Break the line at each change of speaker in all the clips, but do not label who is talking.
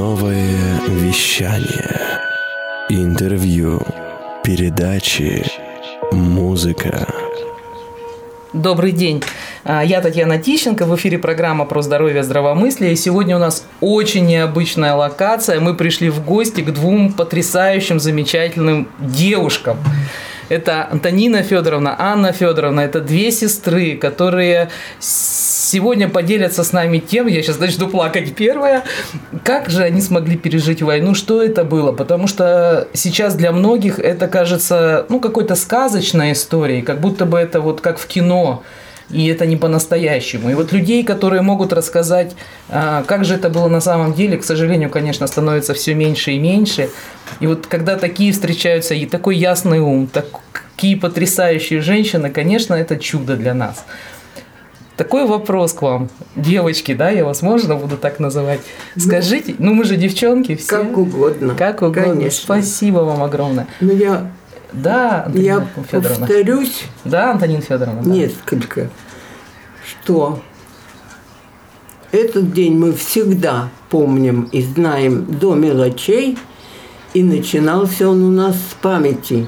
Новое вещание. Интервью. Передачи. Музыка.
Добрый день. Я Татьяна Тищенко. В эфире программа про здоровье, здравомыслие. И сегодня у нас очень необычная локация. Мы пришли в гости к двум потрясающим, замечательным девушкам. Это Антонина Федоровна, Анна Федоровна. Это две сестры, которые сегодня поделятся с нами тем, я сейчас начну плакать первая, как же они смогли пережить войну, что это было. Потому что сейчас для многих это кажется какой-то сказочной историей, как будто бы это вот как в кино. И это не по-настоящему. И вот людей, которые могут рассказать, как же это было на самом деле, к сожалению, конечно, становится все меньше и меньше. И вот когда такие встречаются, и такой ясный ум, такие потрясающие женщины, конечно, это чудо для нас. Такой вопрос к вам, девочки, да, я вас можно буду так называть? Скажите, мы же девчонки все.
Как угодно.
Как угодно. Конечно. Спасибо вам огромное. Да, Антонина Федоровна.
Повторюсь.
Да, Антонина Федоровна. Да.
Несколько. Что этот день мы всегда помним и знаем до мелочей, и начинался он у нас с памяти.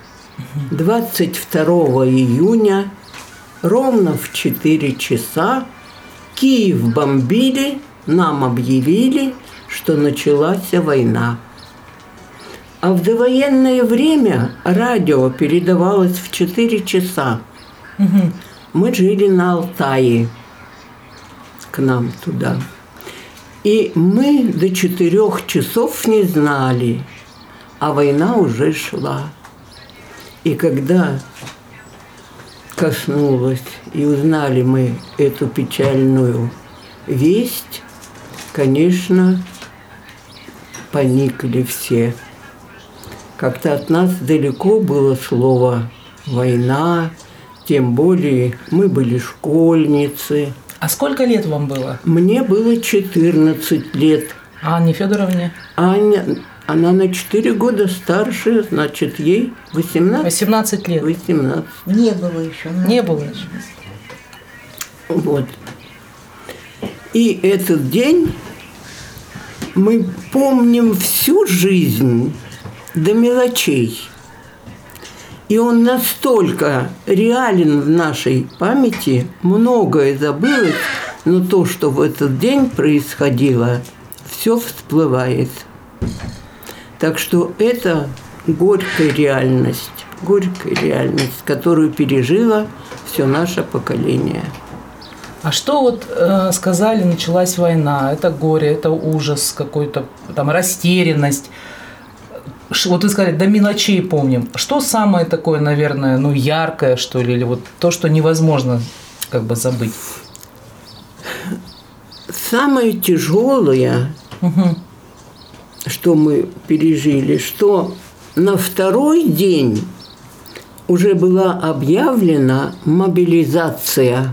22 июня, ровно в 4 часа, Киев бомбили, нам объявили, что началась война. А в довоенное время радио передавалось в 4 часа. Угу. Мы жили на Алтае, к нам туда. И мы до 4 часов не знали, а война уже шла. И когда коснулась и узнали мы эту печальную весть, конечно, поникли все. Как-то от нас далеко было слово «война», тем более мы были школьницы.
А сколько лет вам было?
Мне было 14 лет.
А Анне Федоровне?
Аня, она на 4 года старше, значит, ей 18.
18 лет.
18.
Не было еще.
Не было еще.
Вот. И этот день мы помним всю жизнь. До мелочей. И он настолько реален в нашей памяти, многое забылось, но то, что в этот день происходило, все всплывает. Так что это горькая реальность, которую пережило все наше поколение.
А что сказали, началась война, это горе, это ужас какой-то, там растерянность. Вот вы сказали, до мелочей помним. Что самое такое, наверное, яркое, что ли, или вот то, что невозможно забыть?
Самое тяжелое, что мы пережили, что на второй день уже была объявлена мобилизация.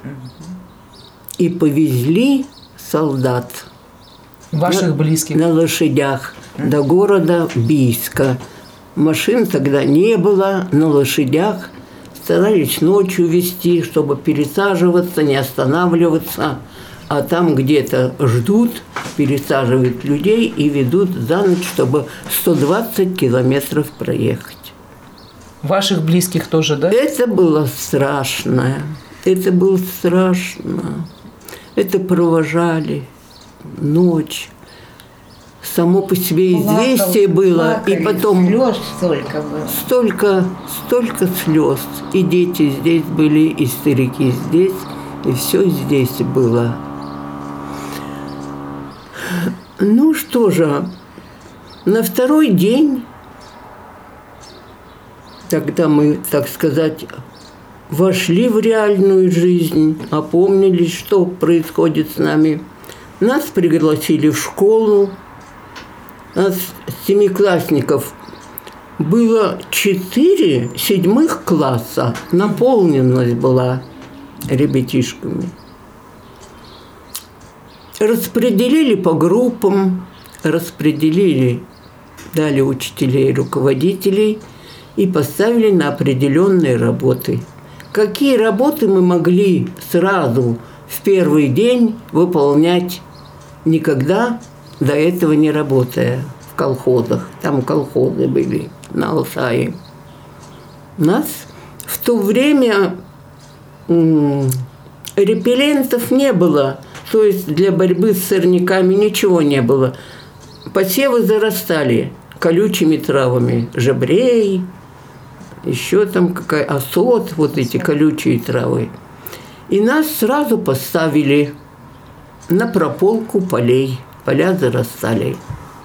И повезли солдат.
Ваших близких? На
лошадях. До города Бийска. Машин тогда не было, на лошадях старались ночью везти, чтобы пересаживаться, не останавливаться. А там где-то ждут, пересаживают людей и ведут за ночь, чтобы 120 километров проехать.
Ваших близких тоже, да?
Это было страшно. Это было страшно. Это провожали ночь. Само по себе известие было,
плакали,
и потом
слез столько было. Столько
слез. И дети здесь были, и старики здесь, и все здесь было. Что же, на второй день, тогда мы, так сказать, вошли в реальную жизнь, опомнились, что происходит с нами. Нас пригласили в школу. Нас, 7-классников, было 4 7 класса. Наполненность была ребятишками. Распределили по группам, дали учителей, руководителей и поставили на определенные работы. Какие работы мы могли сразу в первый день выполнять, никогда до этого не работая в колхозах. Там колхозы были на Алтае. У нас в то время репеллентов не было. То есть для борьбы с сорняками ничего не было. Посевы зарастали колючими травами. Жабрей, еще там осот, вот эти колючие травы. И нас сразу поставили на прополку полей. Поля зарастали.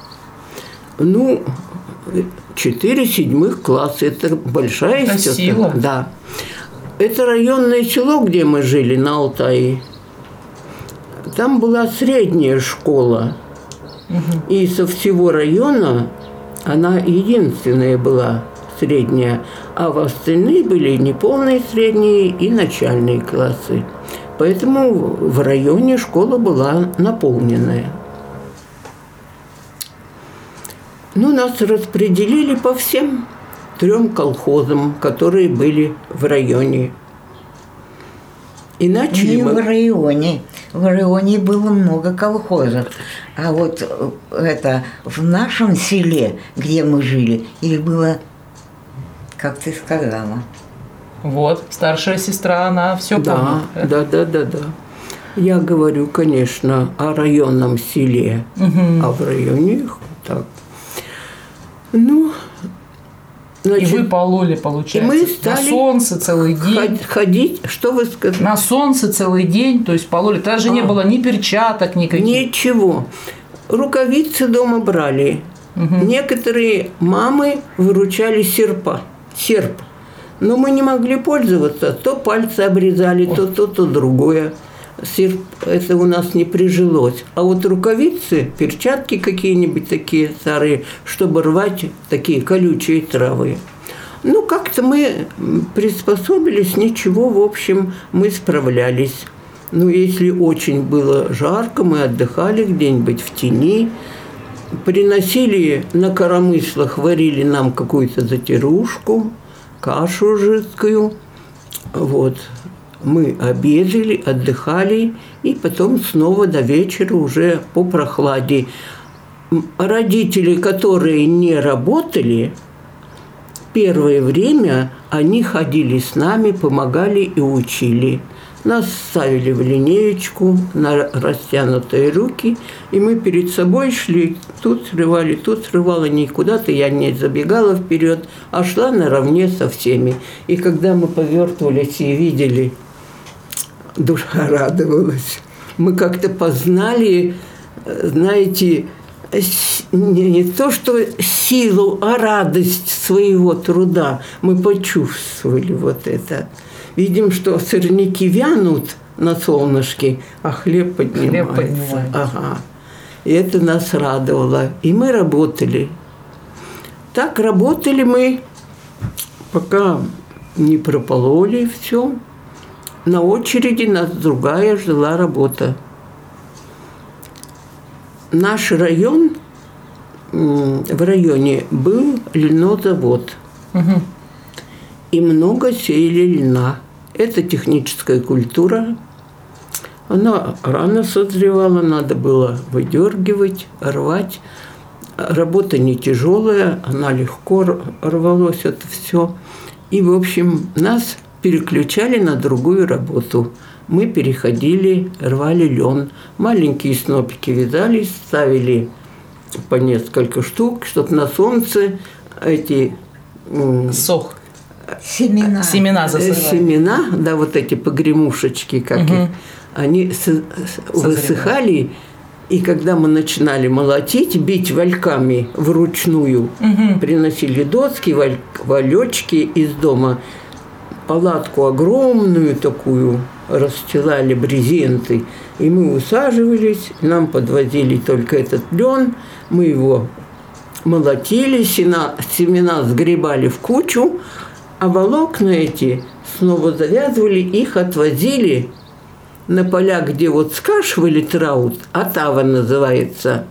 4 седьмых класса. Это большая
сила.
Да. Это районное село, где мы жили, на Алтае. Там была средняя школа. И со всего района она единственная была средняя. А в остальные были неполные средние и начальные классы. Поэтому в районе школа была наполненная. Нас распределили по всем 3 колхозам, которые были в районе. И начали мы...
в районе. В районе было много колхозов. А вот это в нашем селе, где мы жили, их было, как ты сказала.
Вот, старшая сестра, она все помнит.
Да. Я говорю, конечно, о районном селе, а в районе так.
Значит, и вы пололи, получается,
и мы стали
на солнце целый день.
Ходить, что вы сказали?
На солнце целый день, то есть пололи. Тогда же не было ни перчаток, никаких.
Ничего. Рукавицы дома брали. Некоторые мамы выручали серп. Но мы не могли пользоваться. То пальцы обрезали, то другое. Серп, это у нас не прижилось. А вот рукавицы, перчатки какие-нибудь такие старые, чтобы рвать такие колючие травы. Как-то мы приспособились, ничего, в общем, мы справлялись. Если очень было жарко, мы отдыхали где-нибудь в тени. Приносили на коромыслах, варили нам какую-то затирушку, кашу жидкую. Вот. Мы обедали, отдыхали, и потом снова до вечера уже по прохладе. Родители, которые не работали, первое время они ходили с нами, помогали и учили. Нас ставили в линеечку на растянутые руки, и мы перед собой шли, тут срывала, никуда-то я не забегала вперед, а шла наравне со всеми. И когда мы повертывались и видели, душа радовалась. Мы как-то познали, знаете, не то что силу, а радость своего труда. Мы почувствовали вот это. Видим, что сорняки вянут на солнышке, а хлеб поднимается. Ага. И это нас радовало. И мы работали. Так работали мы, пока не пропололи все. На очереди нас другая ждала работа. Наш район, в районе был льнозавод. И много сеяли льна. Это техническая культура. Она рано созревала, надо было выдергивать, рвать. Работа не тяжелая, она легко рвалось это все. И, в общем, нас переключали на другую работу. Мы переходили, рвали лен. Маленькие снопики вязали, ставили по несколько штук, чтобы на солнце эти...
Сох.
Семена
засыпали.
Семена, да, вот эти погремушечки, как их, они высыхали. И когда мы начинали молотить, бить вальками вручную, приносили доски, валечки из дома, палатку огромную такую расстилали брезенты, и мы усаживались, нам подвозили только этот лен, мы его молотили, семена сгребали в кучу, а волокна эти снова завязывали, их отвозили на поля, где вот скашивали траву, отава называется.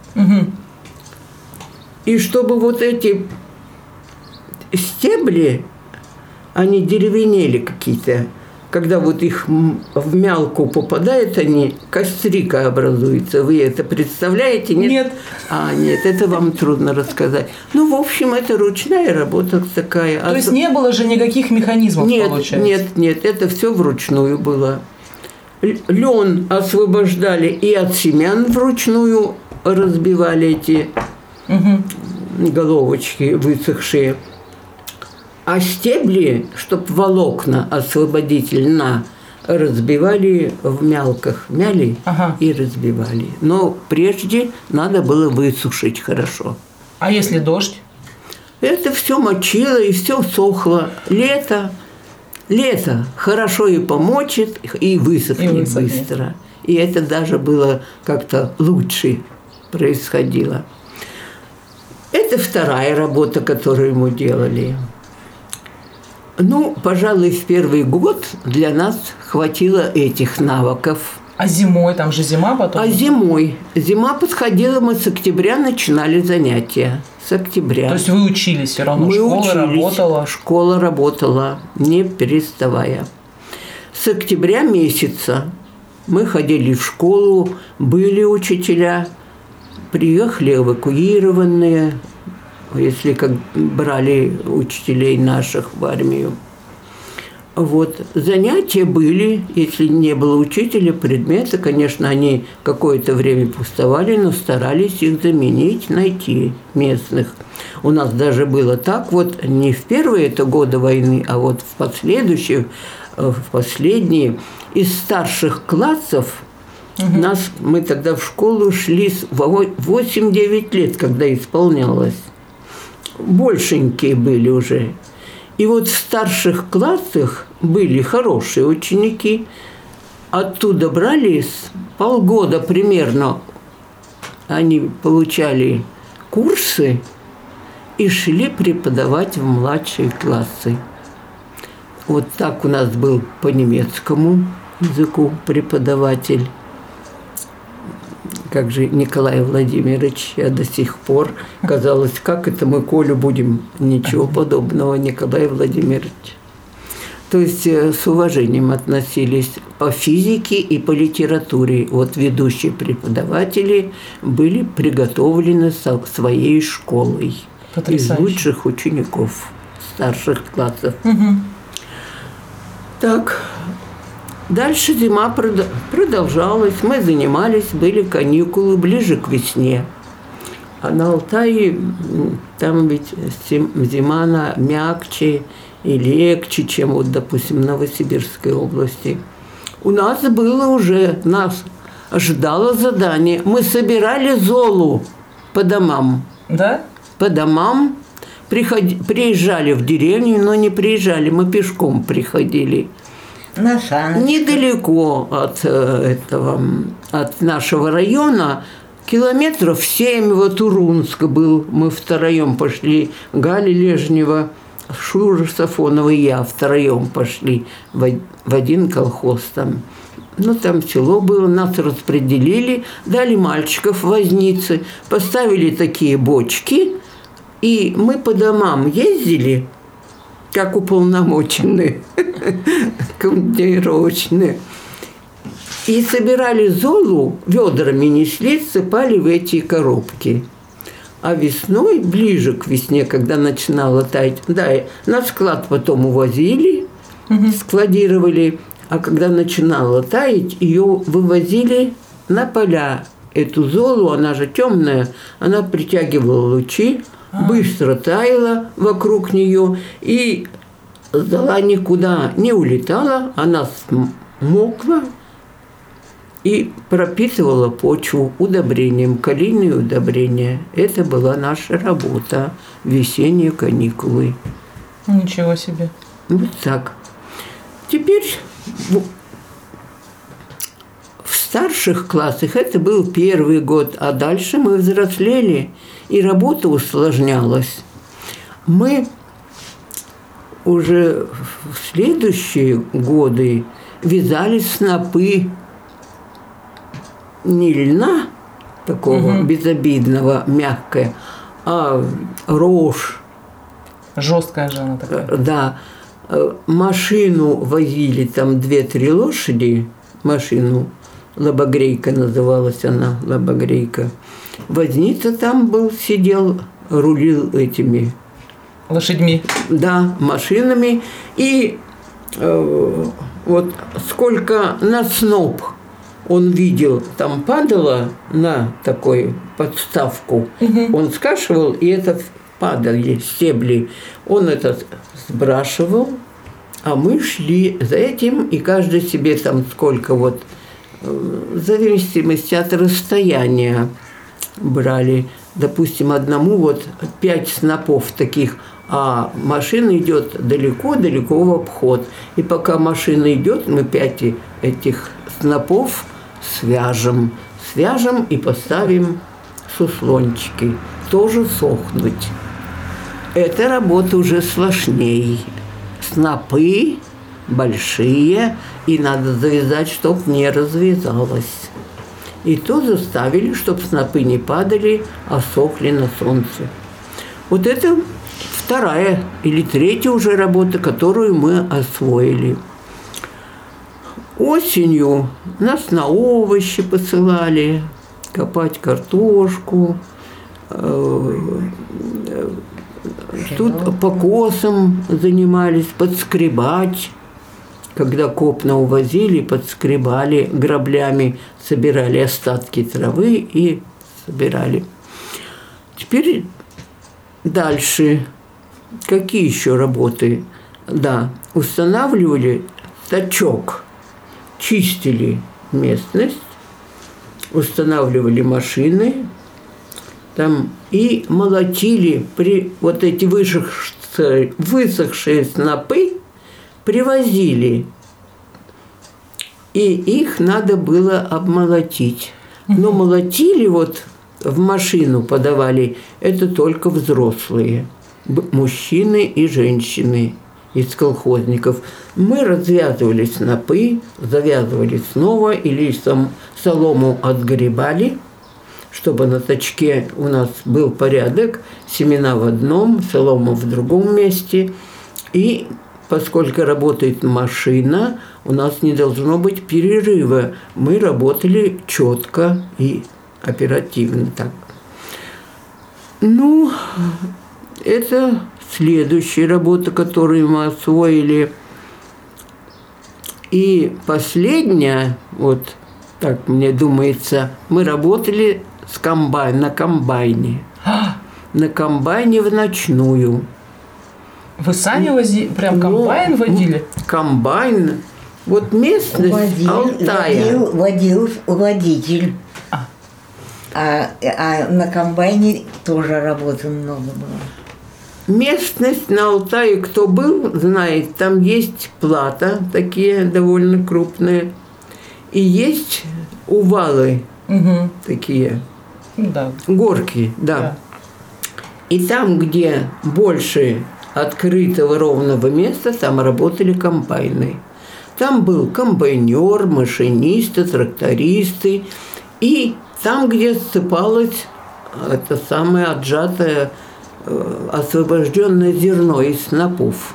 И чтобы вот эти стебли, они деревенели какие-то, когда вот их в мялку попадают, они, кострика образуется. Вы это представляете?
Нет.
Нет, это вам трудно рассказать. Ну, в общем, это ручная работа такая.
То есть не было же никаких механизмов, получается?
Нет, это все вручную было. Лен освобождали и от семян вручную разбивали эти головочки высохшие. А стебли, чтобы волокна освободить льна, разбивали в мялках. Мяли и разбивали. Но прежде надо было высушить хорошо.
А если дождь?
Это все мочило и все сохло. Лето хорошо и помочит, и высохнет быстро. И это даже было как-то лучше происходило. Это вторая работа, которую мы делали. Ну, пожалуй, в первый год для нас хватило этих навыков.
А зимой? Там же зима потом?
Зима подходила, мы с октября начинали занятия. С октября.
То есть вы учились все равно?
Школа работала, не переставая. С октября месяца мы ходили в школу, были учителя, приехали эвакуированные, если как брали учителей наших в армию. Вот. Занятия были, если не было учителя, предметы, конечно, они какое-то время пустовали, но старались их заменить, найти местных. У нас даже было так, вот не в первые это годы войны, а вот в последние, из старших классов мы тогда в школу шли 8-9 лет, когда исполнялось. Большенькие были уже. И вот в старших классах были хорошие ученики. Оттуда брались полгода примерно. Они получали курсы и шли преподавать в младшие классы. Вот так у нас был по немецкому языку преподаватель. Как же Николай Владимирович, я до сих пор, казалось, как это мы Колю будем? Ничего подобного, Николай Владимирович. То есть с уважением относились по физике и по литературе. Вот ведущие преподаватели были приготовлены своей школой. Потрясающе. Из лучших учеников старших классов. Так. Дальше зима продолжалась, мы занимались, были каникулы ближе к весне. А на Алтае там ведь зима она мягче и легче, чем вот, допустим, в Новосибирской области. У нас нас ждало задание. Мы собирали золу по домам.
Да?
По домам. Приезжали в деревню, но не приезжали, мы пешком приходили.
На саночках.
Недалеко от нашего района, километров 7, вот Урунск был. Мы втроем пошли, Галя Лежнева, Шура Сафонова и я втроем пошли в один колхоз там. Ну, там село было, нас распределили, дали мальчиков возницы, поставили такие бочки, и мы по домам ездили, как уполномоченные, командировочные. И собирали золу, ведрами несли, сыпали в эти коробки. А весной, ближе к весне, когда начинало таять, да, на склад потом увозили, складировали, а когда начинало таять, ее вывозили на поля. Эту золу, она же темная, она притягивала лучи, быстро таяла вокруг нее, и зола никуда не улетала, она смокла и пропитывала почву удобрением, калийные удобрения. Это была наша работа, весенние каникулы.
Ничего себе.
Вот так. Теперь в старших классах это был первый год, а дальше мы взрослели, и работа усложнялась. Мы уже в следующие годы вязали снопы не льна такого безобидного, мягкое, а рожь.
Жесткая же она такая.
Да. машину возили, там 2-3 лошади, машину, лобогрейка называлась она, лобогрейка. Возница там был, сидел, рулил этими...
Лошадьми.
Да, машинами. И вот сколько на сноп он видел, там падало на такую подставку, он скашивал, и это падали стебли. Он это сбрасывал, а мы шли за этим, и каждый себе там сколько вот, в зависимости от расстояния брали. Допустим, одному вот 5 снопов таких, а машина идет далеко-далеко в обход. И пока машина идет, мы 5 этих снопов свяжем и поставим суслончики, тоже сохнуть. Эта работа уже сложнее. Снопы большие, и надо завязать, чтоб не развязалось. И то заставили, чтобы снопы не падали, а сохли на солнце. Вот это 2-я или 3-я уже работа, которую мы освоили. Осенью нас на овощи посылали, копать картошку, тут покосом занимались, подскребать. Когда копна увозили, подскребали граблями, собирали остатки травы и собирали. Теперь дальше. Какие еще работы? Да, устанавливали тачок, чистили местность, устанавливали машины там и молотили вот эти высохшие снопы, привозили, и их надо было обмолотить. Но молотили вот в машину подавали, это только взрослые, мужчины и женщины из колхозников. Мы развязывали снопы, завязывали снова или солому отгребали, чтобы на тачке у нас был порядок, семена в одном, солома в другом месте. И поскольку работает машина, у нас не должно быть перерыва. Мы работали четко и оперативно так. Ну, это следующая работа, которую мы освоили. И последняя, вот так мне думается, мы работали на комбайне. На комбайне в ночную.
Вы сами возили? Прям комбайн водили?
Комбайн. Вот местность Алтая.
Водил водитель. А на комбайне тоже работы много было.
Местность на Алтае, кто был, знает, там есть плата, такие довольно крупные, и есть увалы такие,
да.
Горки, да. И там, где больше открытого ровного места, там работали комбайны. Там был комбайнер, машинисты, трактористы. И там, где ссыпалось это самое отжатое, освобожденное зерно из снопов.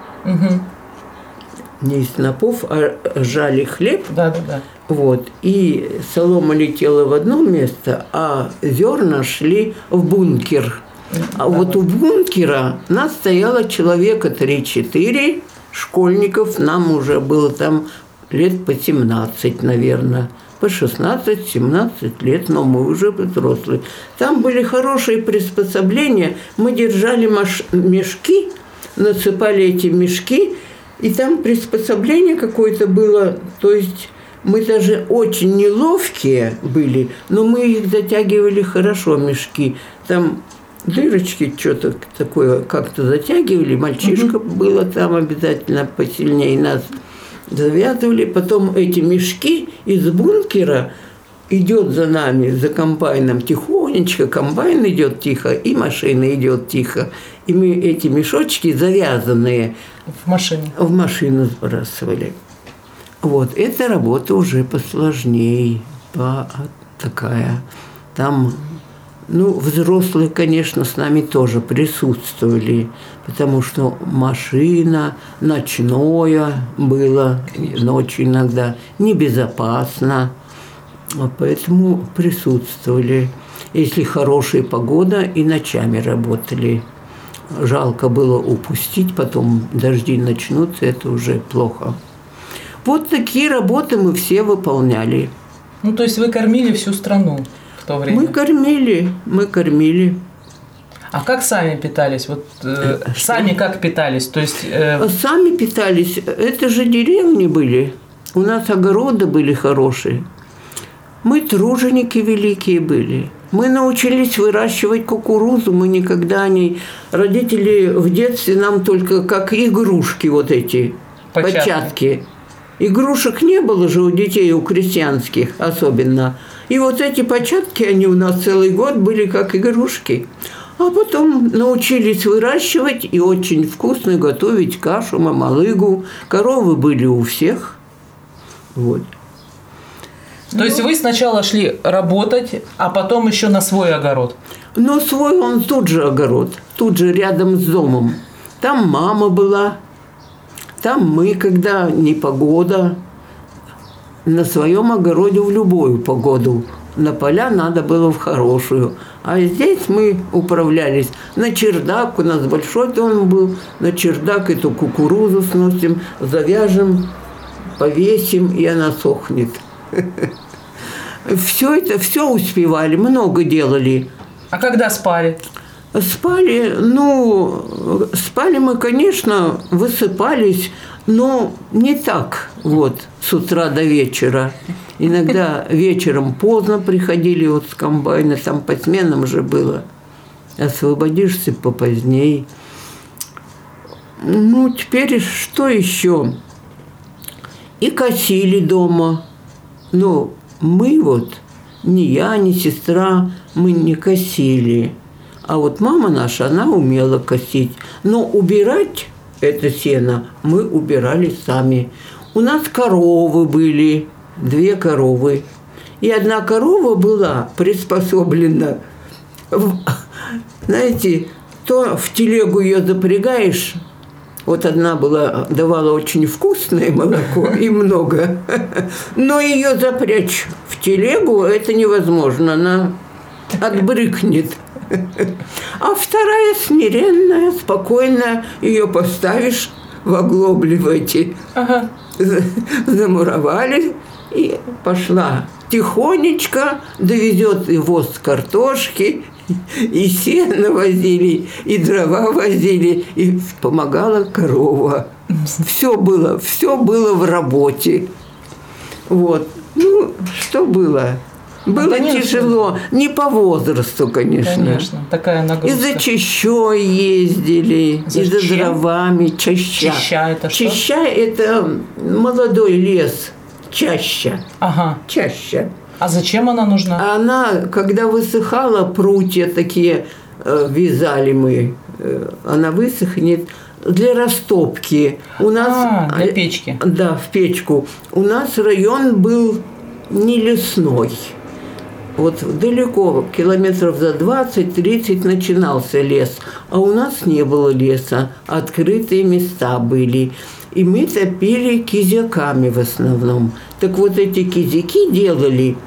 Не из снопов, а жали хлеб.
Да.
Вот. И солома летела в одно место, а зерна шли в бункер. А вот у бункера нас стояло человека 3-4 школьников. Нам уже было там лет по 17, наверное. По 16-17 лет, но мы уже взрослые. Там были хорошие приспособления. Мы держали мешки, насыпали эти мешки, и там приспособление какое-то было. То есть мы даже очень неловкие были, но мы их затягивали хорошо, мешки. Там дырочки что-то такое как-то затягивали. Мальчишка было там обязательно посильнее нас. Завязывали. Потом эти мешки из бункера идет за нами, за комбайном тихонечко. Комбайн идет тихо, и машина идет тихо. И мы эти мешочки завязанные в машину сбрасывали. Вот, эта работа уже посложнее, такая. Там Ну, взрослые, конечно, с нами тоже присутствовали, потому что машина, ночное было, ночью иногда небезопасно, поэтому присутствовали. Если хорошая погода, и ночами работали. Жалко было упустить, потом дожди начнутся, это уже плохо. Вот такие работы мы все выполняли.
Ну, то есть вы кормили всю страну в то время?
Мы кормили.
А как сами питались? Вот сами как питались? То есть
сами питались. Это же деревни были. У нас огороды были хорошие. Мы труженики великие были. Мы научились выращивать кукурузу. Мы никогда не... Родители в детстве нам только как игрушки вот эти, початки. Игрушек не было же у детей, у крестьянских особенно. И вот эти початки, они у нас целый год были как игрушки. А потом научились выращивать и очень вкусно готовить кашу, мамалыгу. Коровы были у всех. Вот.
То есть вы сначала шли работать, а потом еще на свой огород?
Но свой он тут же огород, тут же рядом с домом. Там мама была, там мы, когда непогода, на своем огороде в любую погоду. На поля надо было в хорошую. А здесь мы управлялись. На чердак, у нас большой дом был, на чердак эту кукурузу сносим, завяжем, повесим, и она сохнет. Все успевали, много делали.
А когда спали?
Спали мы, конечно, высыпались, но не так вот с утра до вечера. Иногда вечером поздно приходили вот с комбайна, там по сменам же было. Освободишься попоздней. Ну, теперь что еще? И косили дома. Ну, мы вот, ни я, ни сестра, мы не косили. А вот мама наша, она умела косить. Но убирать это сено мы убирали сами. У нас коровы были, 2 коровы. И одна корова была приспособлена. Знаете, то в телегу ее запрягаешь. Вот одна была, давала очень вкусное молоко и много. Но ее запрячь в телегу это невозможно, она отбрыкнет. А вторая смиренная, спокойная, ее поставишь в оглобли в эти.
Ага.
Замуровали и пошла. Тихонечко довезет и воз картошки, и сено возили, и дрова возили, и помогала корова. Все было в работе. Вот. Ну, что было? Было конечно. Тяжело. Не по возрасту, конечно.
Конечно, такая нагрузка.
И за чащой ездили, и за дровами. Чаща.
Чаща это что?
Чаща – это молодой лес. Чаща.
Ага.
Чаща.
А зачем она нужна?
Она, когда высыхала, прутья такие вязали мы. Она высохнет для растопки. У нас,
для печки.
Да, в печку. У нас район был не лесной. Вот далеко, километров за 20-30 начинался лес. А у нас не было леса. Открытые места были. И мы топили кизяками в основном. Так вот эти кизяки делали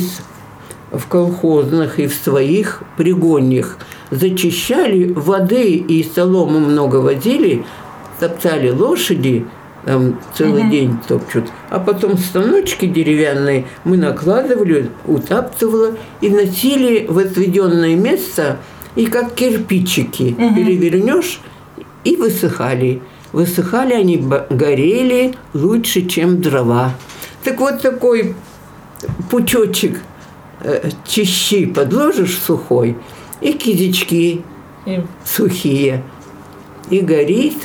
в колхозных и в своих пригоньях. Зачищали воды и солому много возили, топтали лошади, там целый день топчут. А потом станочки деревянные мы накладывали, утаптывали и носили в отведенное место, и как кирпичики перевернешь, и высыхали. Высыхали они, горели лучше, чем дрова. Так вот такой пучочек чищи подложишь сухой, и кизячки сухие. И горит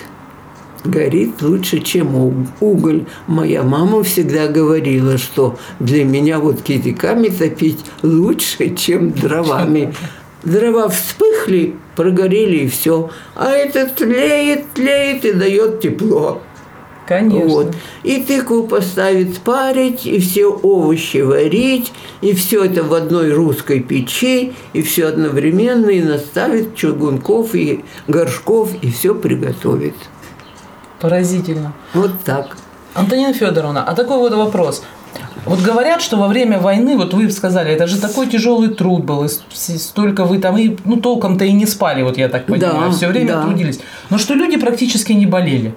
лучше, чем уголь. Моя мама всегда говорила, что для меня вот кизяками топить лучше, чем дровами. Дрова вспыхли, прогорели и все. А это тлеет и дает тепло.
Конечно.
Вот. И тыкву поставить парить, и все овощи варить, и все это в одной русской печи, и все одновременно, и наставить чугунков и горшков, и все приготовить.
Поразительно.
Вот так.
Антонина Федоровна, а такой вот вопрос. Вот говорят, что во время войны, вот вы сказали, это же такой тяжелый труд был, и столько вы там, и, ну, толком-то и не спали, вот я так понимаю, все время трудились. Но что люди практически не болели.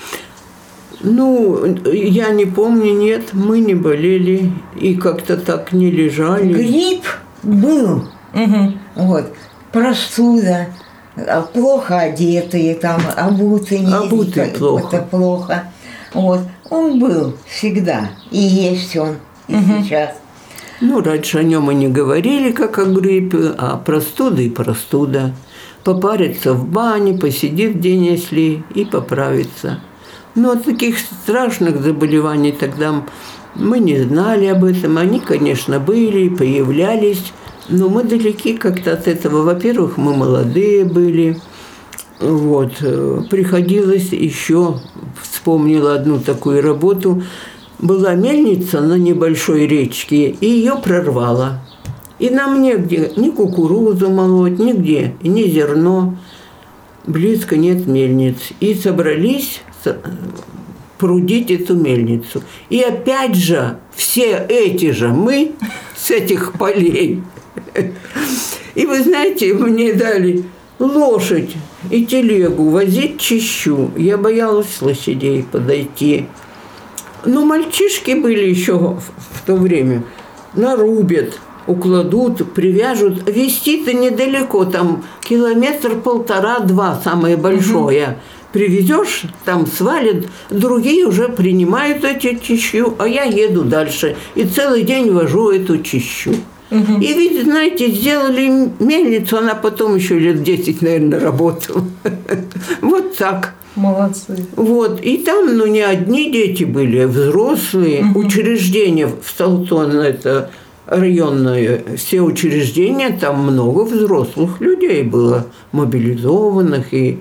Ну, я не помню, нет, мы не болели и как-то так не лежали.
Грипп был, вот, простуда, плохо одетые, там, обутые,
плохо.
Это плохо. Вот, он был всегда, и есть он, и сейчас.
Ну, раньше о нем и не говорили, как о гриппе, а простуда и простуда. Попарится в бане, посидит день, если, и поправится. Но таких страшных заболеваний тогда мы не знали об этом. Они, конечно, были, появлялись, но мы далеки как-то от этого. Во-первых, мы молодые были. Вот. Приходилось еще, вспомнила одну такую работу. Была мельница на небольшой речке, и ее прорвало. И нам негде ни кукурузу молоть, нигде, ни зерно. Близко нет мельниц. И собрались прудить эту мельницу. И опять же, все эти же мы с этих полей. И вы знаете, мне дали лошадь и телегу возить чищу. Я боялась лошадей подойти. Но мальчишки были еще в то время. Нарубят, укладут, привяжут. Везти-то недалеко, там 1-1,5-2, самое большое. Привезешь, там свалят, другие уже принимают эту чищу, а я еду дальше. И целый день вожу эту чищу. И ведь, знаете, сделали мельницу, она потом еще лет 10, наверное, работала. Вот так.
Молодцы.
Вот. И там, ну, не одни дети были, а взрослые. Учреждения в Столтон, это районное, все учреждения, там много взрослых людей было, мобилизованных и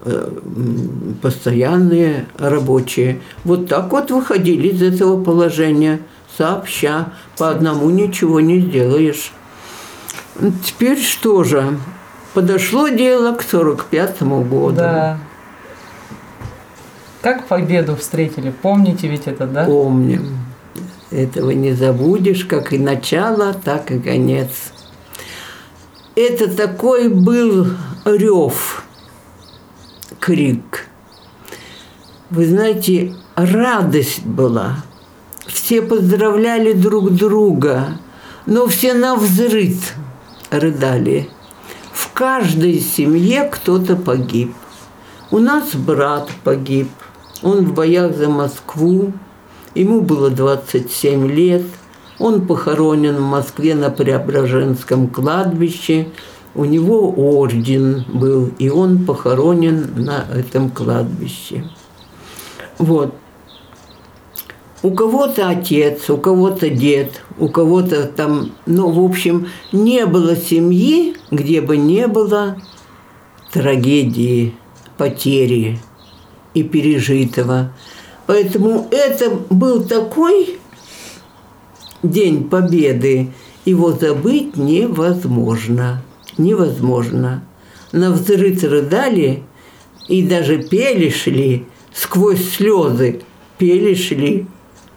постоянные рабочие. Вот так вот выходили из этого положения, сообща. По одному ничего не сделаешь. Теперь что же? Подошло дело к 45-му году.
Да. Как победу встретили? Помните ведь это, да?
Помним. Этого не забудешь, как и начало, так и конец. Это такой был рев, крик. Вы знаете, радость была. Все поздравляли друг друга, но все навзрыд рыдали. В каждой семье кто-то погиб. У нас брат погиб. Он в боях за Москву. Ему было 27 лет. Он похоронен в Москве на Преображенском кладбище. У него орден был, и он похоронен на этом кладбище. Вот. У кого-то отец, у кого-то дед, у кого-то там... Ну, в общем, не было семьи, где бы не было трагедии, потери и пережитого. Поэтому это был такой День Победы, его забыть невозможно. Невозможно. Навзрыд рыдали и даже пели шли, сквозь слезы пели шли.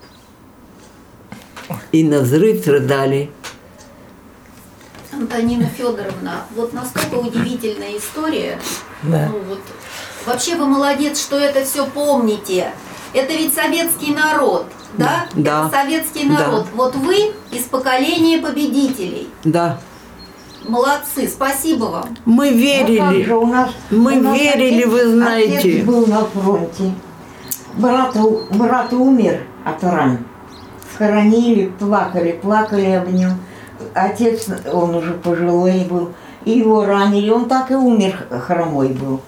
И навзрыд рыдали.
Антонина Федоровна, вот настолько удивительная история.
Да.
Ну, вот. Вообще вы молодец, что это все помните. Это ведь советский народ, да?
Да.
Это советский народ.
Да.
Вот вы из поколения победителей.
Да.
Молодцы, спасибо вам.
Мы
Ну,
верили.
как же, у нас
верили,
отец,
вы знаете.
Отец был на фронте. Брат умер от ран. Схоронили, плакали об нем. Отец, он уже пожилой был, и его ранили. Он так и умер, хромой был.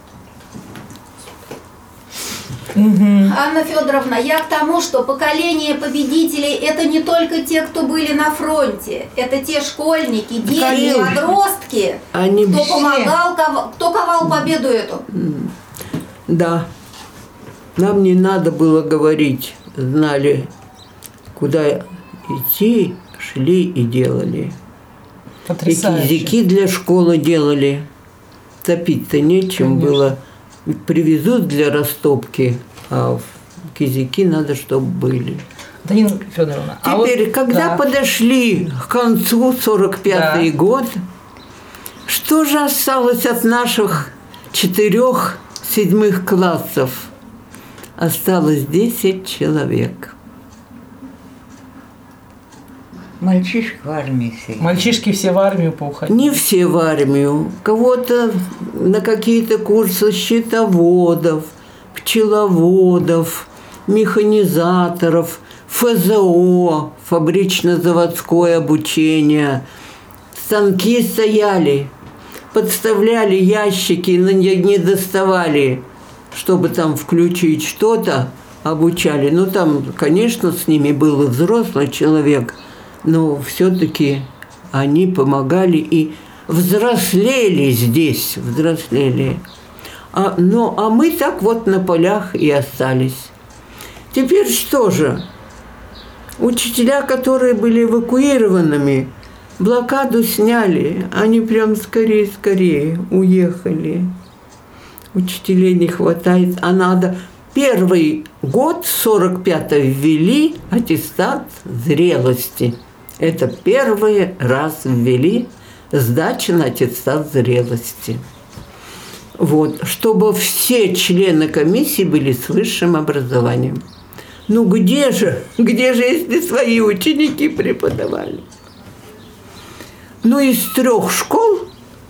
Анна Федоровна, я к тому, что поколение победителей – это не только те, кто были на фронте, это те школьники, дети,
Конечно.
подростки,
Они
кто
все-
помогал, кто ковал победу эту.
Да. Нам не надо было говорить, знали, куда идти, шли и делали.
Потрясающе.
И кизяки для школы делали. Топить-то нечем было. Привезут для растопки, а кизяки надо, чтобы были.
Данила Федоровна,
Теперь, когда подошли к концу 45-й год, что же осталось от наших 4-7 классов? Осталось 10 человек.
Мальчишки в армии все.
Мальчишки все в армию поуходили.
Не все в армию. Кого-то на какие-то курсы счетоводов, пчеловодов, механизаторов, ФЗО, фабрично-заводское обучение. Станки стояли, подставляли ящики, но не доставали, чтобы там включить что-то, обучали. Ну, там, конечно, с ними был и взрослый человек, но все-таки они помогали и взрослели здесь, взрослели. А мы так вот на полях и остались. Теперь что же? Учителя, которые были эвакуированными, блокаду сняли, они прям скорее уехали. Учителей не хватает, а надо. Первый год, 45-й, ввели аттестат зрелости. Это первый раз ввели сдачу на аттестат зрелости. Вот, чтобы все члены комиссии были с высшим образованием. Ну где же, если свои ученики преподавали? Ну, из 3 школ,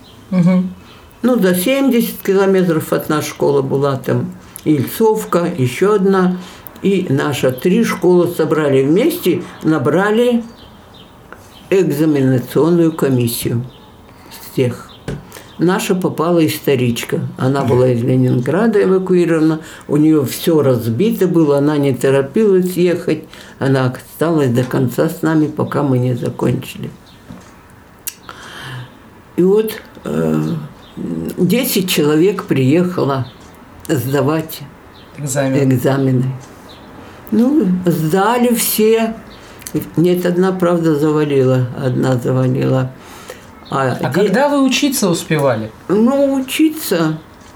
до 70 километров от нашей школы была там Ильцовка, еще одна, и наша 3 школы собрали вместе, набрали экзаменационную комиссию всех. Наша попала историчка. Она была из Ленинграда эвакуирована, у нее все разбито было, она не торопилась ехать, она осталась до конца с нами, пока мы не закончили. И вот 10 человек приехало сдавать экзамены. Ну, сдали все. Нет, одна, правда, завалила. А
когда вы учиться успевали?
Ну, учиться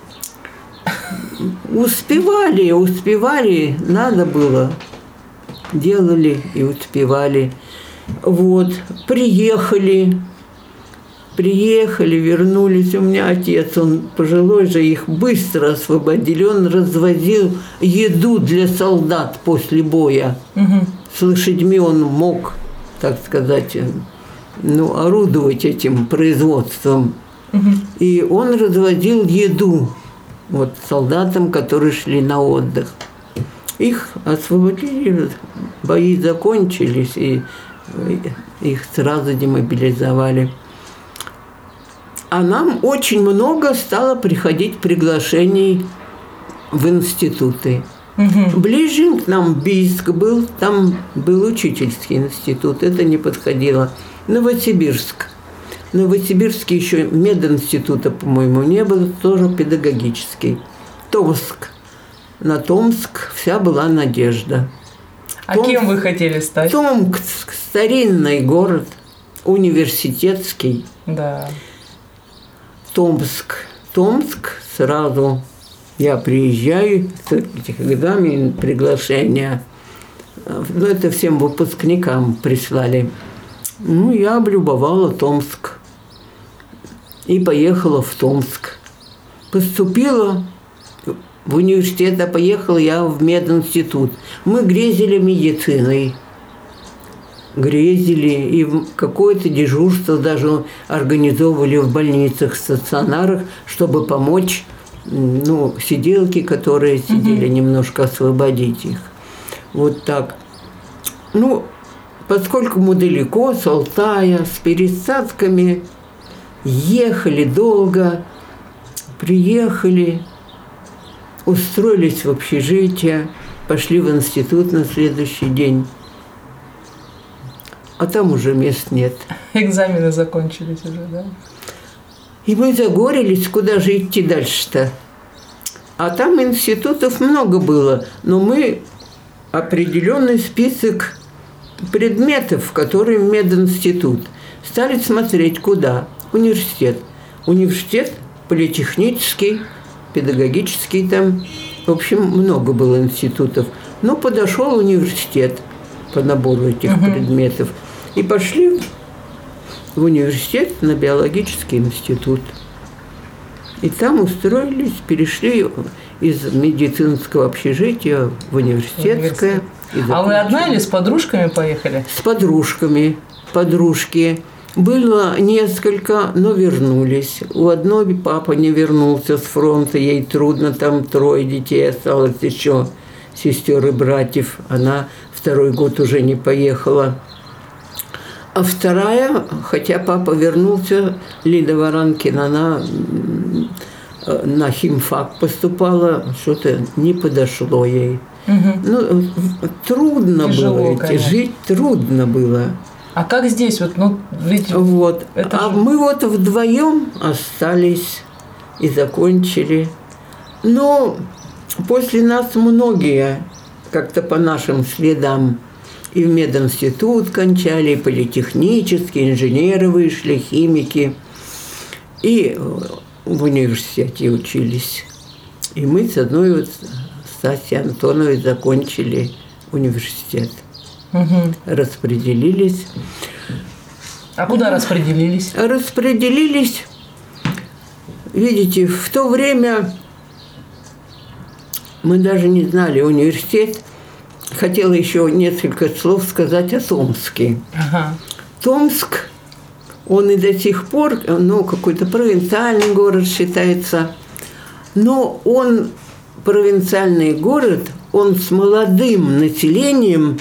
успевали, надо было. Делали и успевали. Вот, приехали, вернулись. У меня отец, он пожилой же, их быстро освободили. Он развозил еду для солдат после боя. С лошадьми он мог, так сказать, орудовать этим производством. И он развозил еду вот солдатам, которые шли на отдых. Их освободили, бои закончились, и их сразу демобилизовали. А нам очень много стало приходить приглашений в институты. Ближе к нам Бийск был, там был учительский институт, это не подходило. Новосибирск. В Новосибирске еще мединститута, по-моему, не было, тоже педагогический. Томск. На Томск вся была надежда.
А кем вы хотели стать?
Томск, старинный город, университетский.
Да.
Томск сразу я приезжаю, с этих экзаменов, приглашения. Ну, это всем выпускникам прислали. Ну, я облюбовала Томск. И поехала в Томск. Поступила в университет, а поехала я в мединститут. Мы грезили медициной. И какое-то дежурство даже организовывали в больницах, стационарах, чтобы помочь, сиделки, которые сидели, немножко освободить их. Вот так. Поскольку мы далеко, с Алтая, с пересадками, ехали долго, приехали, устроились в общежитие, пошли в институт на следующий день. А там уже мест нет.
Экзамены закончились уже, да?
И мы загорелись, куда же идти дальше-то. А там институтов много было, но мы определенный список предметов, которые в мединститут. Стали смотреть, куда? Университет. Университет политехнический, педагогический там. В общем, много было институтов. Но подошел университет по набору этих предметов. И пошли в университет на биологический институт. И там устроились, перешли из медицинского общежития в университетское.
А вы одна или с подружками поехали?
С подружками. Подружки. Было несколько, но вернулись. У одной папа не вернулся с фронта, ей трудно, там 3 детей осталось еще, сестер и братьев. Она 2-й год уже не поехала. А вторая, хотя папа вернулся, Лида Воронкина, она на химфак поступала, что-то не подошло ей. Ну, трудно
тяжело,
было,
конечно.
Жить трудно было.
А как здесь? Ведь
Вот.
это же...
мы вдвоем остались и закончили. Но после нас многие как-то по нашим следам и в мединститут кончали, и политехнический, инженеры вышли, химики. И в университете учились. И мы с одной Стасей Антоновой закончили университет. Распределились.
А куда распределились?
Распределились, видите, в то время мы даже не знали университет. Хотела еще несколько слов сказать о Томске. Томск, он и до сих пор, какой-то провинциальный город считается, но он, провинциальный город, он с молодым населением.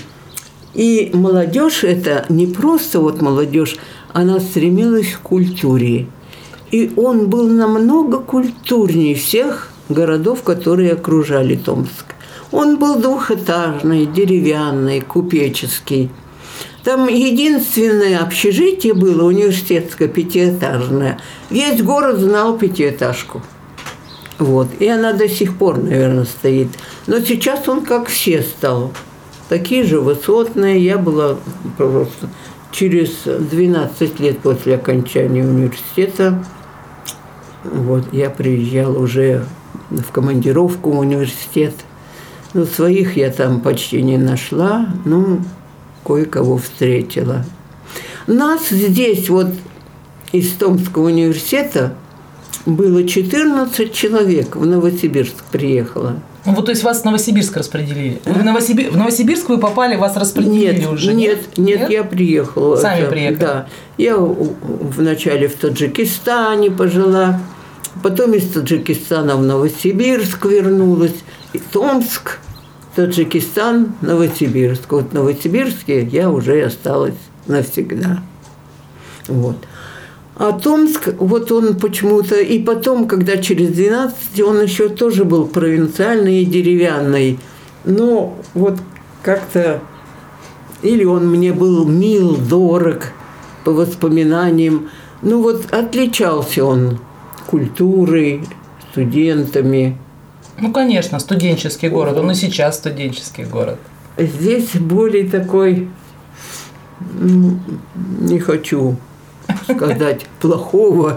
И молодежь это не просто молодежь, она стремилась к культуре. И он был намного культурнее всех городов, которые окружали Томск. Он был двухэтажный, деревянный, купеческий. Там единственное общежитие было университетское, 5-этажное. Весь город знал 5-этажку. Вот. И она до сих пор, наверное, стоит. Но сейчас он как все стал. Такие же высотные. Я была просто через 12 лет после окончания университета. Вот, я приезжала уже в командировку в университет. Но своих я там почти не нашла. Кое-кого встретила. Нас здесь из Томского университета было 14 человек. В Новосибирск приехало.
То есть вас в Новосибирск распределили? В Новосибирск вы попали, вас распределили уже?
Нет, я приехала.
Сами приехали?
Да. Я вначале в Таджикистане пожила, потом из Таджикистана в Новосибирск вернулась, и Томск, Таджикистан, Новосибирск. В Новосибирске я уже осталась навсегда. Вот. А Томск, он почему-то... И потом, когда через 12, он еще тоже был провинциальный и деревянный. Но как-то... Или он мне был мил, дорог по воспоминаниям. Отличался он культурой, студентами.
Конечно, студенческий город. Он и сейчас студенческий город.
Здесь более такой... не хочу... сказать плохого.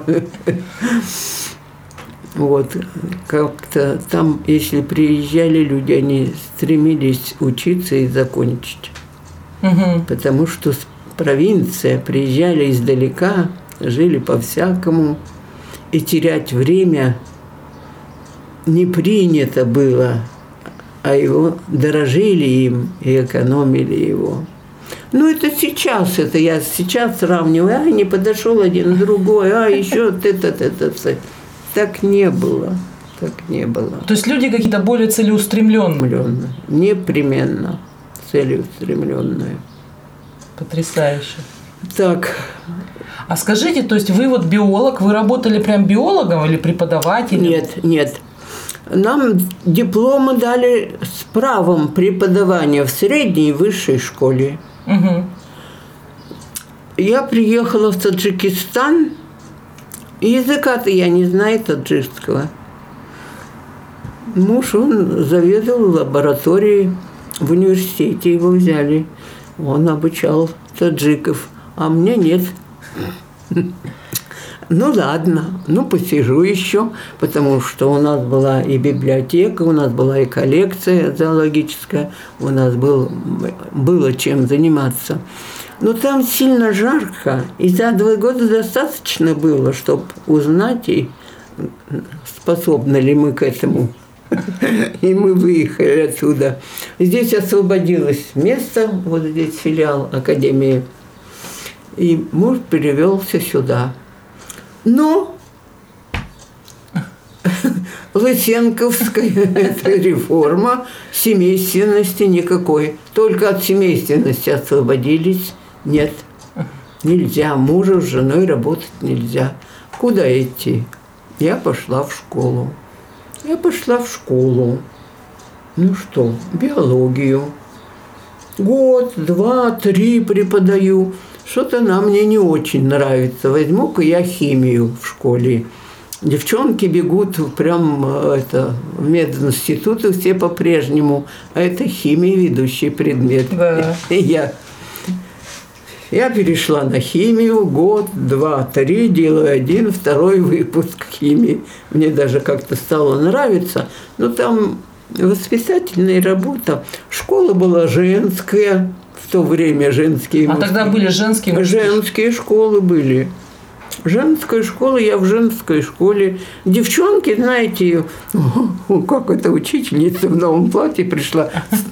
Как-то там, если приезжали люди, они стремились учиться и закончить. Потому что провинция, приезжали издалека, жили по-всякому, и терять время не принято было, а его дорожили им и экономили его. Это сейчас, я сейчас сравниваю, не подошел один другой, еще Так не было.
То есть люди какие-то более целеустремленные?
Непременно целеустремленные.
Потрясающе.
Так.
А скажите, то есть вы биолог, вы работали прям биологом или преподавателем?
Нет. Нам дипломы дали с правом преподавания в средней и высшей школе. Я приехала в Таджикистан, языка-то я не знаю таджикского. Муж, он заведовал лабораторией в университете, его взяли. Он обучал таджиков, а мне нет. Ну ладно, посижу еще, потому что у нас была и библиотека, у нас была и коллекция зоологическая, у нас было чем заниматься. Но там сильно жарко, и за 2 года достаточно было, чтобы узнать, и способны ли мы к этому. И мы выехали отсюда. Здесь освободилось место, вот здесь филиал Академии, и муж перевелся сюда. Но Лысенковская реформа, семейственности никакой. Только от семейственности освободились. Нет, нельзя. Мужу с женой работать нельзя. Куда идти? Я пошла в школу. Ну что, биологию. 1, 2, 3 преподаю. Что-то она мне не очень нравится. Возьму-ка я химию в школе. Девчонки бегут прям в мединституты все по-прежнему. А это химия, ведущий предмет.
Да.
Я перешла на химию. 1, 2, 3, делаю 1, 2 выпуск химии. Мне даже как-то стало нравиться. Но там воспитательная работа. Школа была женская. В то время женские.
А тогда были женские?
Женские школы были. Женская школа, я в женской школе. Девчонки, знаете, как эта учительница в новом платье пришла.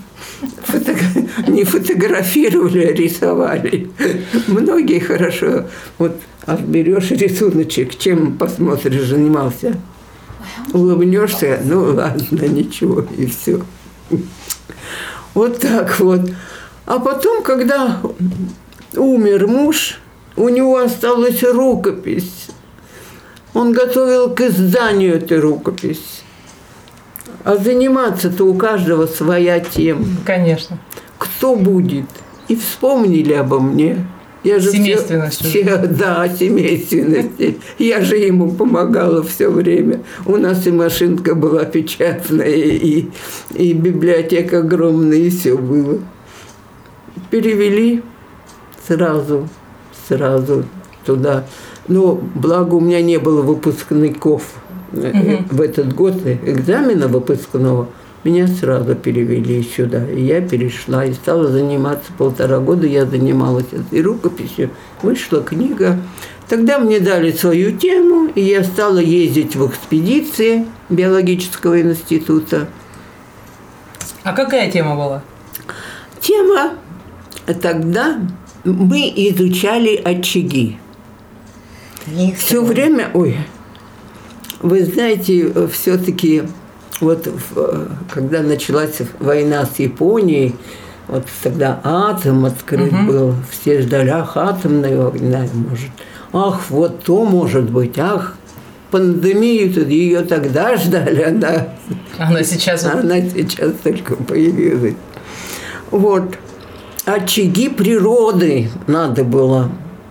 Не фотографировали, а рисовали. Многие хорошо. Вот берешь рисуночек, чем посмотришь, занимался. Улыбнешься, ну ладно, ничего, и все. Вот так вот. А потом, когда умер муж, у него осталась рукопись. Он готовил к изданию эту рукопись. А заниматься-то у каждого своя тема.
Конечно.
Кто будет? И вспомнили обо мне. Я же
семейственностью.
Да, семейственности. Я же ему помогала все время. У нас и машинка была печатная, и библиотека огромная, и все было. Перевели сразу туда. Но благо у меня не было выпускников в этот год, экзамена выпускного. Меня сразу перевели сюда. И я перешла и стала заниматься 1,5 года. Я занималась этой рукописью. Вышла книга. Тогда мне дали свою тему, и я стала ездить в экспедиции биологического института.
А какая тема была?
Тема тогда мы изучали очаги. Все время, вы знаете, все-таки вот когда началась война с Японией, вот тогда атом открыт был, все ждали, атомная война, может, вот то может быть, пандемию ее тогда ждали, она сейчас только появилась. Вот. Очаги природы надо было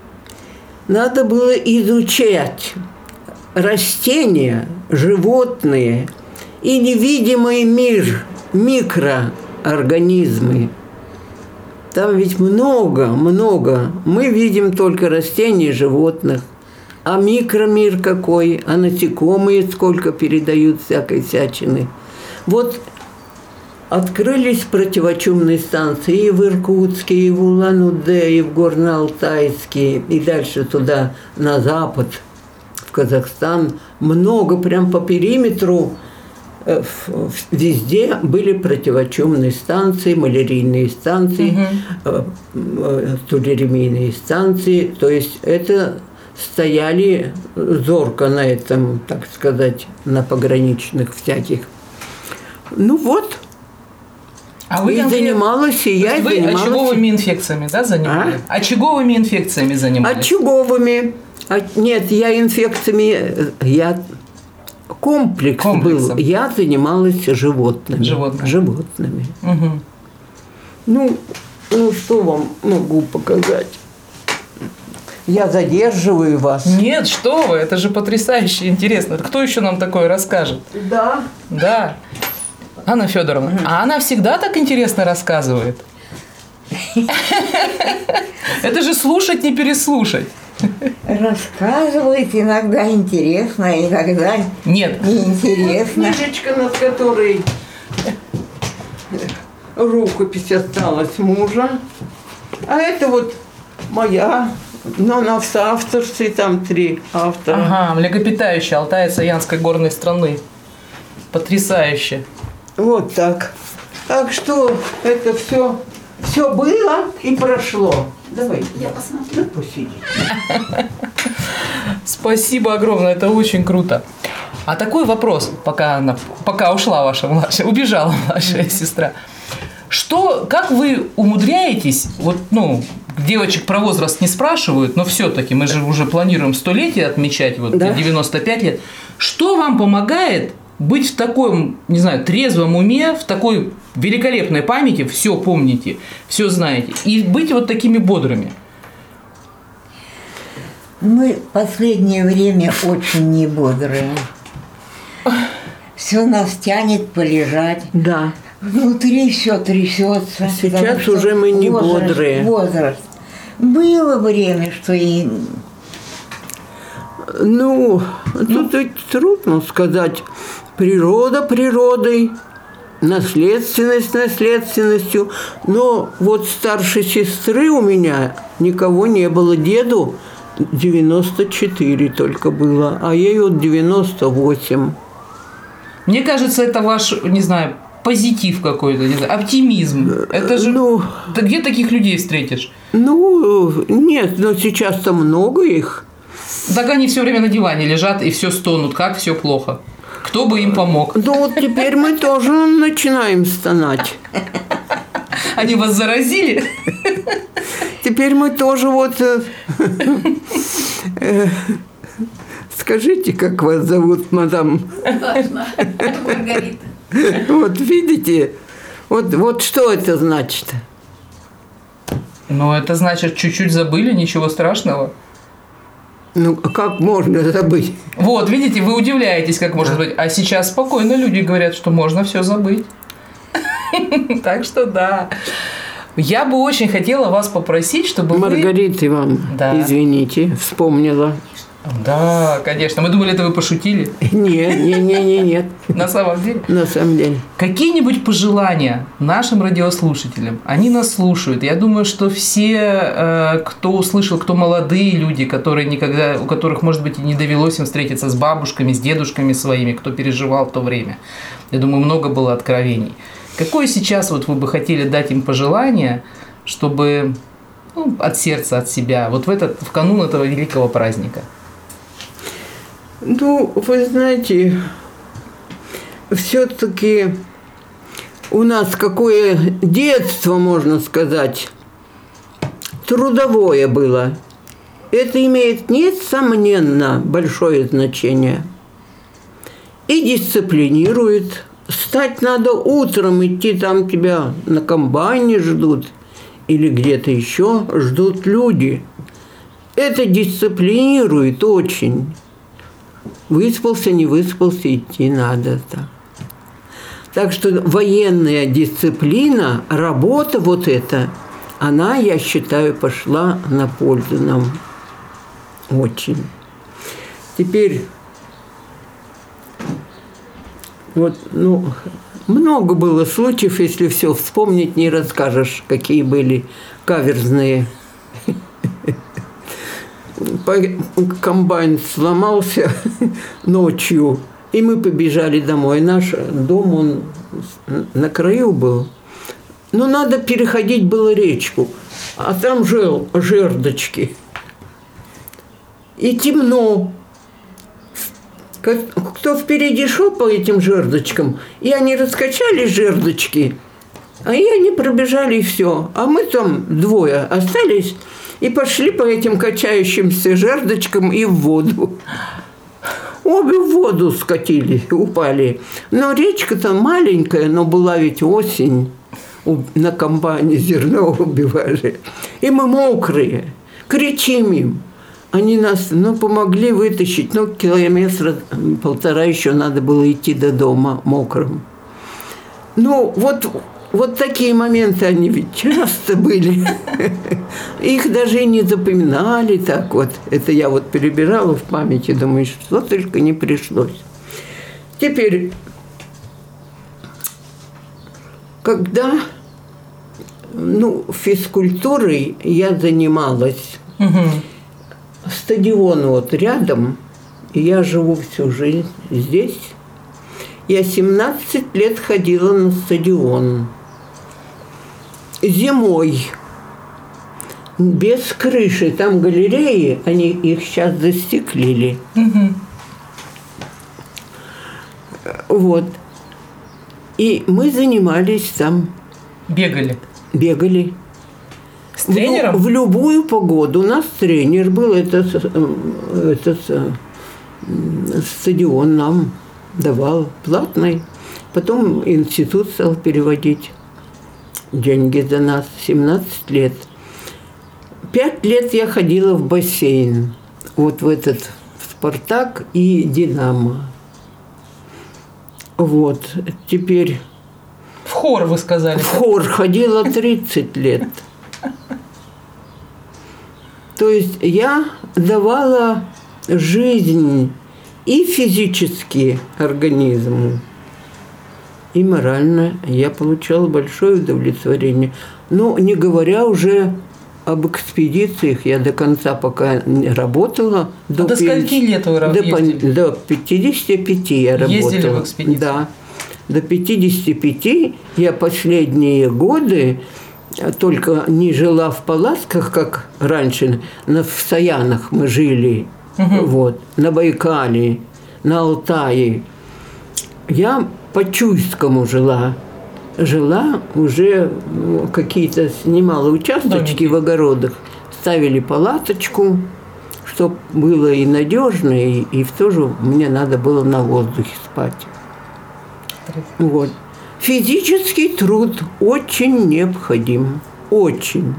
изучать растения, животные и невидимый мир, микроорганизмы. Там ведь много. Мы видим только растения и животных. А микромир какой, а насекомые сколько передают всякой всячины. Вот открылись противочумные станции и в Иркутске, и в Улан-Удэ, и в Горно-Алтайске, и дальше туда, на запад, в Казахстан. Много, прям по периметру, везде были противочумные станции, малярийные станции, тулеремийные станции. То есть это стояли зорко на этом, так сказать, на пограничных всяких. Ну вот.
А вы
занималась, и я занималась.
Очаговыми инфекциями, да, занимались? Очаговыми инфекциями занимались?
Очаговыми. Нет, я инфекциями, комплекс был. Я занималась животными.
Угу.
Ну, что вам могу показать? Я задерживаю вас.
Нет, что вы, это же потрясающе интересно. Кто еще нам такое расскажет?
Да.
Да. Анна Федоровна, а она всегда так интересно рассказывает? Это же слушать, не переслушать.
Рассказывает иногда интересно, иногда
Нет.
неинтересно.
Книжечка, над которой рукопись осталась мужа. А это вот моя, но она в соавторстве, там 3 автора.
Ага, млекопитающее Алтая Саянской горной страны. Потрясающе.
Вот так. Так что это все было и прошло. Давай.
Я посмотрю.
Ну, посиди.
Спасибо огромное, это очень круто. А такой вопрос, пока ушла ваша младшая, убежала младшая сестра. Как вы умудряетесь, девочек про возраст не спрашивают, но все-таки мы же уже планируем 100-летие отмечать,
Да.
95 лет. Что вам помогает быть в таком, не знаю, трезвом уме, в такой великолепной памяти, все помните, все знаете, и быть вот такими бодрыми?
Мы в последнее время очень небодрые. Все нас тянет полежать.
Да.
Внутри все трясется.
Сейчас
потому что
уже мы не бодрые.
Возраст. Было время, что и...
Тут ведь трудно сказать. Природа природой, наследственность наследственностью. Но вот старшей сестры у меня никого не было. Деду 94 только было, а ей вот 98.
Мне кажется, это ваш, не знаю, позитив какой-то, не знаю, оптимизм. Это же... Ты где таких людей встретишь?
Нет, но сейчас-то много их.
Так они все время на диване лежат и все стонут, как все плохо. Кто бы им помог?
Вот теперь мы тоже начинаем стонать.
Они вас заразили?
Теперь мы тоже скажите, как вас зовут, мадам?
Важно. Маргарита.
Вот видите? Вот что это значит?
Это значит, чуть-чуть забыли, ничего страшного.
Как можно забыть?
Вот, видите, вы удивляетесь, как может быть. А сейчас спокойно люди говорят, что можно все забыть. Так что да. Я бы очень хотела вас попросить, чтобы
Маргарита вам, извините, вспомнила.
Да, конечно. Мы думали, это вы пошутили.
Нет.
На самом деле?
На самом деле.
Какие-нибудь пожелания нашим радиослушателям? Они нас слушают. Я думаю, что все, кто услышал, кто молодые люди, у которых, может быть, и не довелось им встретиться с бабушками, с дедушками своими, кто переживал в то время. Я думаю, много было откровений. Какое сейчас вы бы хотели дать им пожелание, чтобы от сердца, от себя, в канун этого великого праздника?
Вы знаете, все-таки у нас какое детство, можно сказать, трудовое было. Это имеет, несомненно, большое значение. И дисциплинирует. Встать надо утром, идти там тебя на комбайне ждут или где-то еще ждут люди. Это дисциплинирует очень. Выспался, не выспался, идти надо. Так что военная дисциплина, работа эта, она, я считаю, пошла на пользу нам очень. Теперь много было случаев, если все вспомнить, не расскажешь, какие были каверзные. Комбайн сломался ночью, и мы побежали домой. Наш дом, он на краю был. Надо переходить было речку, а там жердочки. И темно. Кто впереди шел по этим жердочкам, и они раскачали жердочки, а и они пробежали, и все. А мы там двое остались и пошли по этим качающимся жердочкам и в воду. Обе в воду скатились, упали. Но речка-то маленькая, но была ведь осень. На комбайне зерно убивали. И мы мокрые, кричим им. Они нас, помогли вытащить. 1,5 километра еще надо было идти до дома мокрым. Ну, вот такие моменты, они ведь часто были. Их даже и не запоминали так вот. Это я вот перебирала в памяти, думаю, что только не пришлось. Теперь, когда физкультурой я занималась, стадион вот рядом, я живу всю жизнь здесь. Я 17 лет ходила на стадион. Зимой. Без крыши. Там галереи, они их сейчас застеклили. Вот. И мы занимались там. Бегали.
С тренером?
В любую погоду. У нас тренер был. Этот стадион нам давал платный. Потом институт стал переводить деньги за нас. 17 лет. 5 лет я ходила в бассейн. Вот в этот «Спартак» и «Динамо». Вот. Теперь...
В хор, вы сказали.
В хор ходила 30 лет. То есть я давала жизнь и физически организму, и морально. Я получала большое удовлетворение. Но не говоря уже об экспедициях, я до конца пока не работала.
До скольки лет вы ездили?
До 55 я работала.
Ездили в экспедицию?
Да. До 55 я последние годы только не жила в палатках, как раньше, в Саянах мы жили, вот, на Байкале, на Алтае. Я по Чуйскому жила. Жила уже какие-то, снимала участочки в огородах, ставили палаточку, чтобы было и надежно, и в то же мне надо было на воздухе спать. Вот. Физический труд очень необходим. Очень.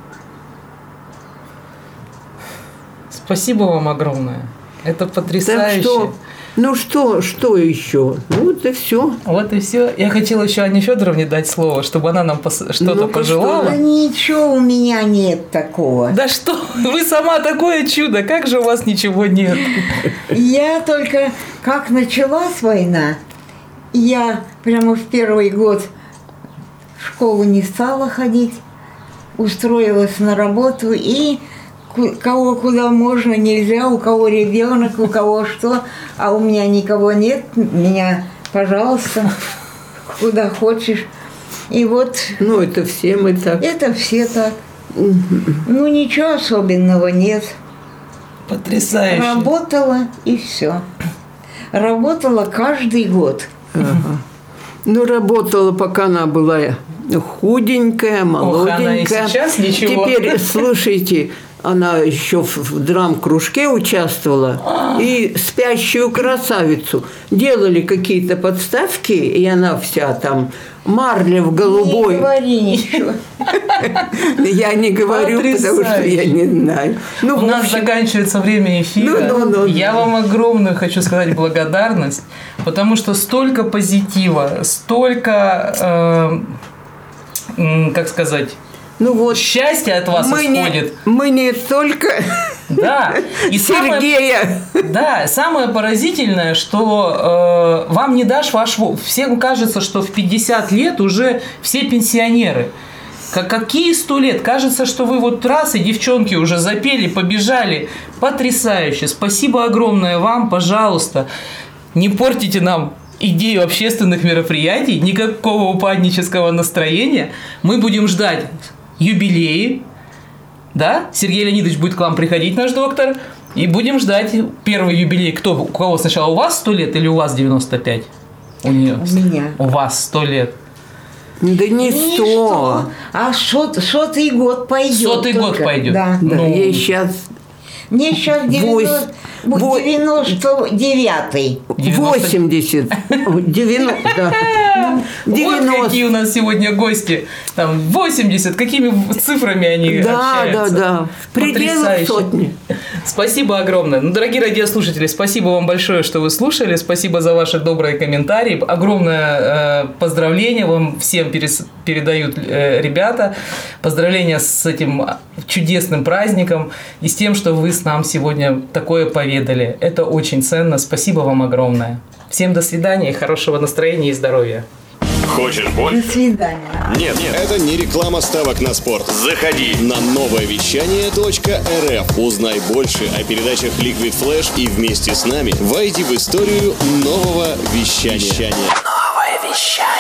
Спасибо вам огромное. Это потрясающе.
Так что еще? Вот и все.
Вот и все. Я хотела еще Анне Федоровне дать слово, чтобы она нам что-то пожелала.
Да ничего у меня нет такого.
Да что? Вы сама такое чудо. Как же у вас ничего нет?
Я только, как началась война, я прямо в первый год в школу не стала ходить, устроилась на работу и кого куда можно, нельзя, у кого ребенок, у кого что, а у меня никого нет, меня, пожалуйста, куда хочешь. И вот...
это все мы так.
Это все так. Ничего особенного нет.
Потрясающе.
Работала и все. Работала каждый год.
Ага. Работала, пока она была худенькая, молоденькая.
Она и сейчас ничего.
Теперь, слушайте, она еще в драм-кружке участвовала. И «Спящую красавицу». Делали какие-то подставки, и она вся там марлев голубой.
Не говори ничего.
Я не говорю, потому что я не знаю.
У нас заканчивается время эфира. Я вам огромную хочу сказать благодарность, потому что столько позитива, столько, как сказать, счастье от вас исходит.
Мы не только Сергея.
Самое поразительное, что вам не дашь всем кажется, что в 50 лет уже все пенсионеры. Какие 100 лет? Кажется, что вы вот раз и девчонки уже запели, побежали. Потрясающе. Спасибо огромное вам, пожалуйста. Не портите нам идею общественных мероприятий, никакого упаднического настроения. Мы будем ждать юбилеи. Да? Сергей Леонидович будет к вам приходить, наш доктор. И будем ждать первый юбилей. У кого сначала? У вас 100 лет или у вас 95? У нее.
У меня.
У вас 100 лет.
Да не 100.
А 100-й год пойдет.
100-й год пойдет.
Да.
Ей сейчас...
Мне сейчас 99-й.
80. 90, да. 90.
Вот какие у нас сегодня гости. Там 80, какими цифрами они общаются.
Да. В пределах сотни.
Спасибо огромное. Ну, дорогие радиослушатели, спасибо вам большое, что вы слушали. Спасибо за ваши добрые комментарии. Огромное поздравление вам всем передают ребята. Поздравления с этим чудесным праздником и с тем, что вы с нам сегодня такое поведали. Это очень ценно. Спасибо вам огромное. Всем до свидания и хорошего настроения и здоровья.
Хочешь больше?
До свидания.
Нет, это не реклама ставок на спорт. Заходи на нововещание.рф. Узнай больше о передачах Liquid Flash и вместе с нами войди в историю нового вещания. Новое вещание.